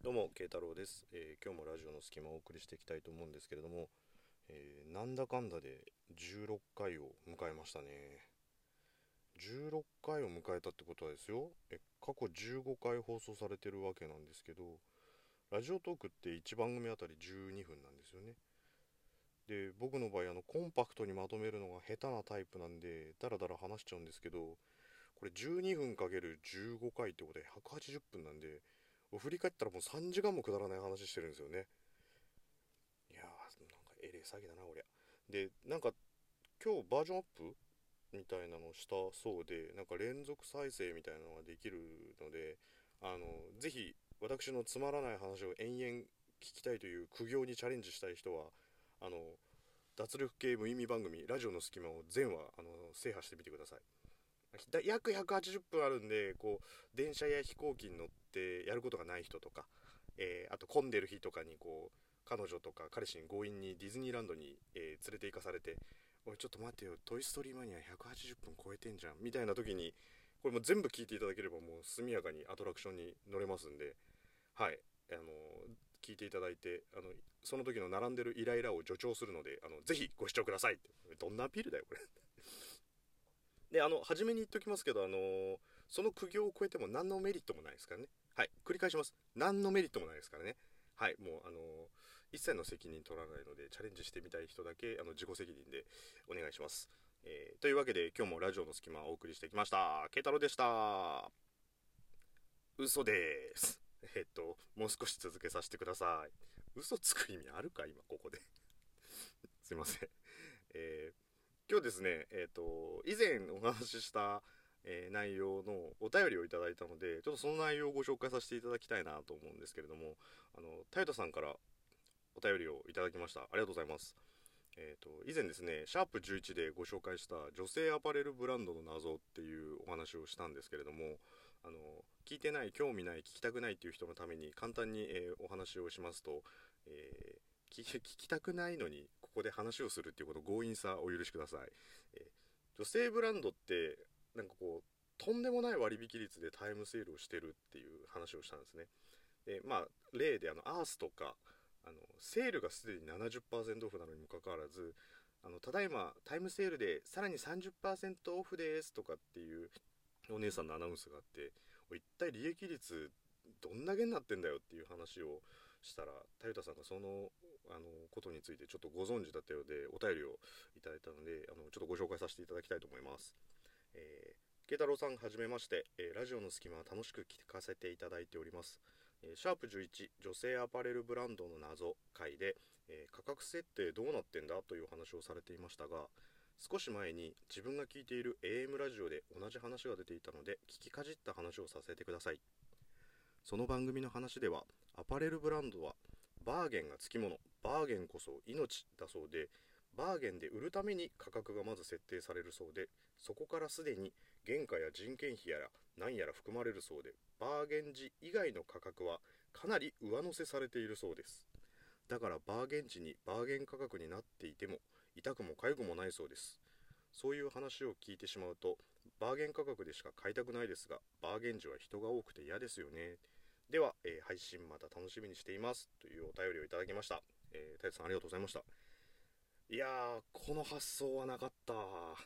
どうも慶太郎です。今日もラジオの隙間をお送りしていきたいと思うんですけれども、なんだかんだで16回を迎えましたね。16回を迎えたってことはですよ、過去15回放送されてるわけなんですけど、ラジオトークって1番組あたり12分なんですよね。で、僕の場合コンパクトにまとめるのが下手なタイプなんでダラダラ話しちゃうんですけど、これ12分かける15回ってことで180分なんで、振り返ったらもう3時間もくだらない話してるんですよね。いやー、なんかえれえ詐欺だな、俺。で、今日バージョンアップみたいなのをしたそうで、連続再生みたいなのができるので、ぜひ私のつまらない話を延々聞きたいという苦行にチャレンジしたい人は、あの、脱力系無意味番組、ラジオの隙間を全話、制覇してみてください。約180分あるんで、電車や飛行機に乗ってやることがない人とか、あと混んでる日とかに彼女とか彼氏に強引にディズニーランドに、連れて行かされて、おいちょっと待ってよ、トイ・ストーリーマニア180分超えてんじゃんみたいな時に、これもう全部聞いていただければもう速やかにアトラクションに乗れますんで、はい、聞いていただいて、その時の並んでるイライラを助長するので、ぜひご視聴ください。どんなアピールだよこれ。で、初めに言っときますけど、その苦行を超えても何のメリットもないですからね。はい、繰り返します。何のメリットもないですからね。はい、もう、一切の責任取らないので、チャレンジしてみたい人だけ、自己責任でお願いします。というわけで、今日もラジオの隙間をお送りしてきました。慶太郎でした。嘘です。もう少し続けさせてください。嘘つく意味あるか今、ここで。すいません。えー今日ですね、以前お話しした、内容のお便りをいただいたので、ちょっとその内容をご紹介させていただきたいなと思うんですけれども、タヨタさんからお便りをいただきました。ありがとうございます。以前ですね、シャープ11でご紹介した女性アパレルブランドの謎っていうお話をしたんですけれども、聞いてない、興味ない、聞きたくないっていう人のために簡単に、お話をしますと、聞きたくないのにここで話をするっていうこと強引さお許しください。女性ブランドってとんでもない割引率でタイムセールをしてるっていう話をしたんですね。でまあ例でアースとかセールがすでに70%オフなのにもかかわらず、ただいまタイムセールでさらに30%オフですとかっていうお姉さんのアナウンスがあって、一体利益率どんだけになってんだよっていう話をしたら、田タさんがそのことについてちょっとご存知だったようでお便りをいただいたので、ちょっとご紹介させていただきたいと思います。慶太郎さんはじめまして、ラジオの隙間は楽しく聞かせていただいております。シャープ11女性アパレルブランドの謎回で、価格設定どうなってんだという話をされていましたが、少し前に自分が聞いている AM ラジオで同じ話が出ていたので聞きかじった話をさせてください。その番組の話では、アパレルブランドはバーゲンがつきもの、バーゲンこそ命だそうで、バーゲンで売るために価格がまず設定されるそうで、そこからすでに原価や人件費やら何やら含まれるそうで、バーゲン時以外の価格はかなり上乗せされているそうです。だからバーゲン時にバーゲン価格になっていても痛くも痒くもないそうです。そういう話を聞いてしまうと、バーゲン価格でしか買いたくないですが、バーゲン時は人が多くて嫌ですよね。では、配信また楽しみにしていますというお便りをいただきました。タイトさんありがとうございました。いやー、この発想はなかった。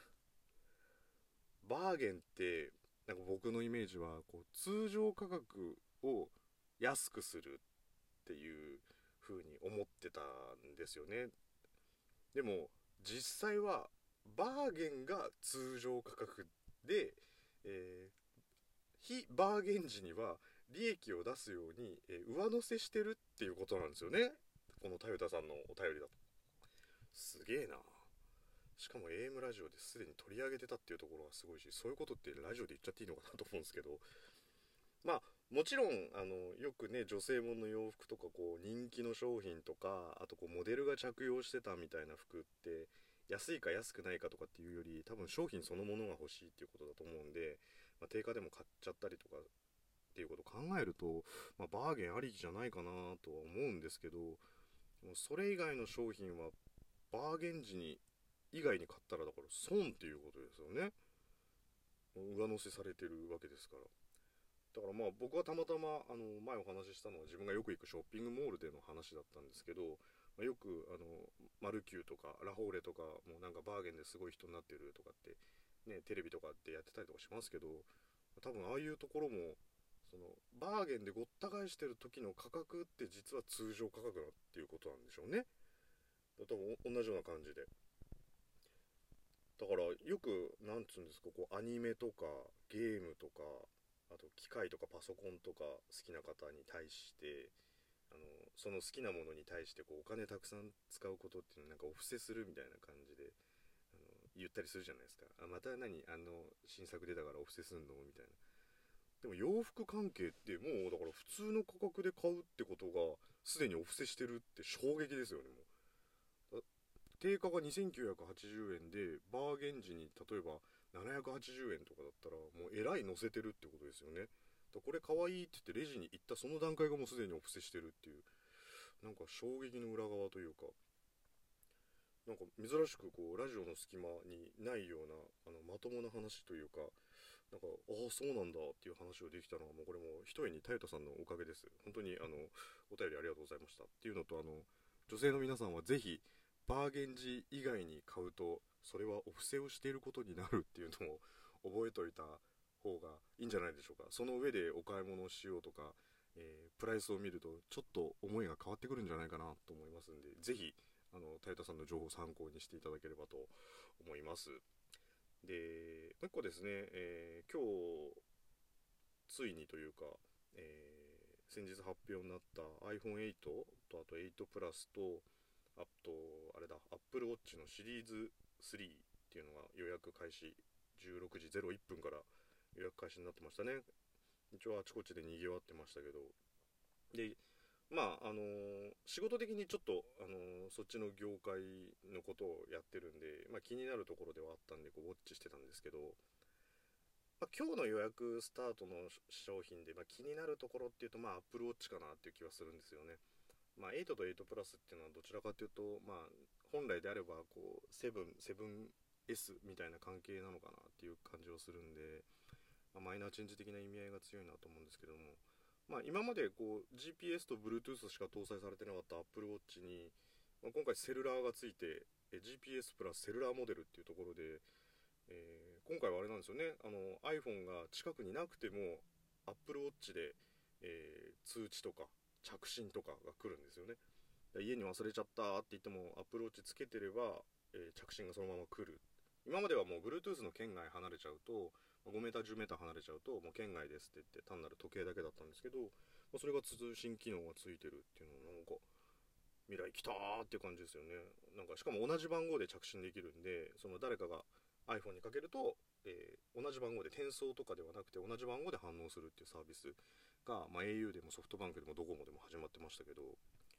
バーゲンって僕のイメージは通常価格を安くするっていう風に思ってたんですよね。でも実際はバーゲンが通常価格で、え非バーゲン時には利益を出すように、上乗せしてるっていうことなんですよね、この田タさんのお便りだと。すげえな。しかも AM ラジオですでに取り上げてたっていうところがすごいし、そういうことってラジオで言っちゃっていいのかなと思うんですけど、まあもちろんよくね、女性ものの洋服とか人気の商品とか、あとモデルが着用してたみたいな服って安いか安くないかとかっていうより、多分商品そのものが欲しいっていうことだと思うんで、定価でも買っちゃったりとかっていうことを考えると、バーゲンありきじゃないかなとは思うんですけど、もうそれ以外の商品はバーゲン時に以外に買ったらだから損っていうことですよね。上乗せされてるわけですから。 だからまあ僕はたまたま前お話ししたのは自分がよく行くショッピングモールでの話だったんですけど、まあ、よくマルキューとかラフォーレとかもうなんかバーゲンですごい人になってるとかってね、テレビとかってやってたりとかしますけど、多分ああいうところもそのバーゲンでごった返してる時の価格って実は通常価格だっていうことなんでしょうね。多分同じような感じで、だからよくなんつうんですか、こうアニメとかゲームとか、あと機械とかパソコンとか好きな方に対してあのその好きなものに対してこうお金たくさん使うことっていうのをなんかお布施するみたいな感じで言ったりするじゃないですか。また新作出たからお布施すんのみたいな。でも洋服関係ってもうだから普通の価格で買うってことがすでにお布施してるって衝撃ですよね。もう定価が2980円でバーゲン時に例えば780円とかだったらもうえらい乗せてるってことですよね。これ可愛いって言ってレジに行ったその段階がもうすでにお布施してるっていう、なんか衝撃の裏側というか、なんか珍しくこうラジオの隙間にないようなまともな話というか、なんかああそうなんだっていう話をできたのはもうこれもひとえに太陽さんのおかげです。本当にお便りありがとうございましたっていうのと、女性の皆さんはぜひバーゲン時以外に買うとそれはお布施をしていることになるっていうのを覚えておいた方がいいんじゃないでしょうか。その上でお買い物をしようとか、プライスを見るとちょっと思いが変わってくるんじゃないかなと思いますんで、ぜひタイタさんの情報を参考にしていただければと思います。でもう一個ですね、今日ついにというか、先日発表になった iPhone8 とあと8プラスとあとあれだ Apple Watch のシリーズ3っていうのが予約開始、16時01分から予約開始になってましたね。一応あちこちで賑わってましたけど、でまあ仕事的にちょっとそっちの業界のことをやってるんで、まあ、気になるところではあったんでこうウォッチしてたんですけど、まあ、今日の予約スタートの商品で、まあ、気になるところっていうと、まあ、Apple Watch かなっていう気はするんですよね。まあ、8と8プラスっていうのはどちらかというと、まあ、本来であればこう7S みたいな関係なのかなっていう感じをするんで、まあ、マイナーチェンジ的な意味合いが強いなと思うんですけども、まあ、今までこう GPS と Bluetooth しか搭載されてなかった Apple Watch に、まあ、今回セルラーがついて GPS プラスセルラーモデルっていうところで、今回はあれなんですよね、iPhone が近くになくても Apple Watch で、通知とか着信とかが来るんですよね。家に忘れちゃったって言っても Apple Watch つけてれば、着信がそのまま来る。今まではもう Bluetooth の圏外離れちゃうと 5m 10m 離れちゃうともう圏外ですって言って単なる時計だけだったんですけど、それが通信機能がついてるっていうのはなんか未来来たーっていう感じですよね。なんかしかも同じ番号で着信できるんで、その誰かが iPhone にかけると、同じ番号で転送とかではなくて同じ番号で反応するっていうサービスが、まあ、au でもソフトバンクでもドコモでも始まってましたけど、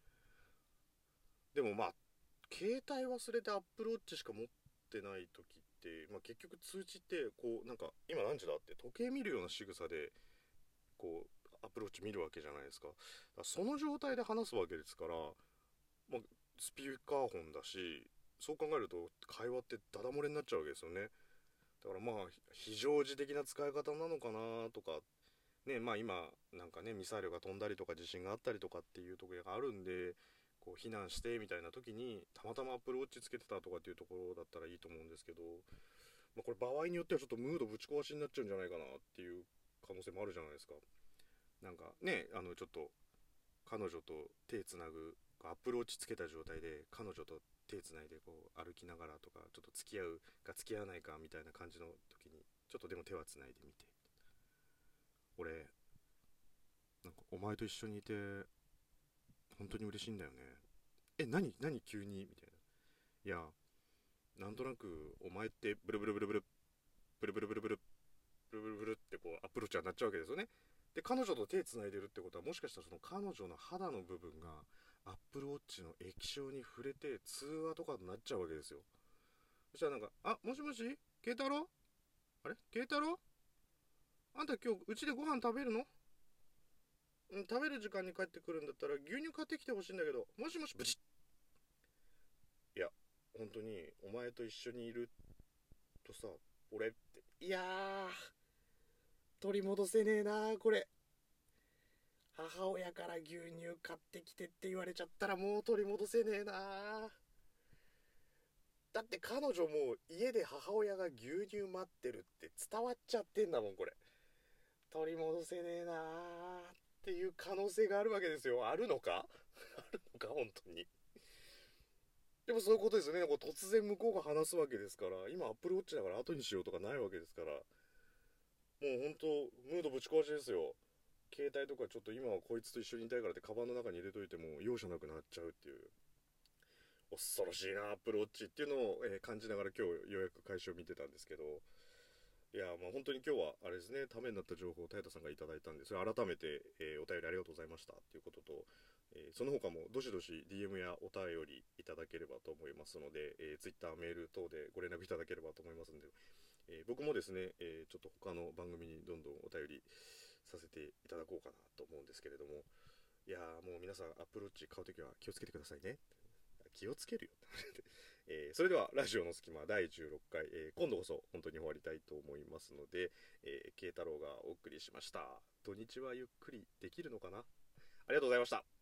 でもまあ携帯忘れて Apple Watch しか持ってない時って、まあ、結局通知ってこうなんか今何時だって時計見るような仕草でこうアプローチ見るわけじゃないですか。だからその状態で話すわけですから、まあ、スピーカーフォンだし、そう考えると会話ってダダ漏れになっちゃうわけですよね。だからまあ非常時的な使い方なのかなとかね、まあ今なんかねミサイルが飛んだりとか地震があったりとかっていうところがあるんで、こう避難してみたいな時にたまたまアップルウォッチつけてたとかっていうところだったらいいと思うんですけど、まあ、これ場合によってはちょっとムードぶち壊しになっちゃうんじゃないかなっていう可能性もあるじゃないですか。なんかねちょっと彼女と手つなぐアップルウォッチつけた状態で彼女と手つないでこう歩きながらとか、ちょっと付き合うか付き合わないかみたいな感じの時にちょっとでも手はつないでみて、俺なんかお前と一緒にいて本当に嬉しいんだよね。何急にみたいな。いや、なんとなくお前ってブルブルブルブルブルブルブルブルブルブルブルってこうアプローチはなっちゃうわけですよね。で彼女と手つないでるってことはもしかしたらその彼女の肌の部分がアップルウォッチの液晶に触れて通話とかになっちゃうわけですよ。そしたらなんか「あ、もしもし慶太郎、あれ慶太郎、あんた今日うちでご飯食べるの？うん、食べる時間に帰ってくるんだったら牛乳買ってきてほしいんだけど、もしもしブチッ。いや本当にお前と一緒にいるとさ、俺っていや取り戻せねえなこれ。母親から牛乳買ってきてって言われちゃったらもう取り戻せねえな。だって彼女もう家で母親が牛乳待ってるって伝わっちゃってんだもんこれ。取り戻せねえなっていう可能性があるわけですよ。あるのかあるのか本当に。でもそういうことですよね。こう突然向こうが話すわけですから、今アップルウォッチだから後にしようとかないわけですから、もう本当ムードぶち壊しですよ。携帯とかちょっと今はこいつと一緒にいたいからってカバンの中に入れといても容赦なくなっちゃうっていう、恐ろしいなアップルウォッチっていうのを、感じながら今日ようやく開始を見てたんですけど、いやまあ本当に今日はあれですね、ためになった情報を太田さんがいただいたんで、それ改めて、お便りありがとうございましたということと、その他もどしどし DM やお便りいただければと思いますので、Twitter メール等でご連絡いただければと思いますので、僕もですね、ちょっと他の番組にどんどんお便りさせていただこうかなと思うんですけれども、いやもう皆さんアップルウォッチ買うときは気をつけてくださいね。気をつけるよそれではラジオの隙間第16回、今度こそ本当に終わりたいと思いますので、慶太郎がお送りしました。土日はゆっくりできるのかな。ありがとうございました。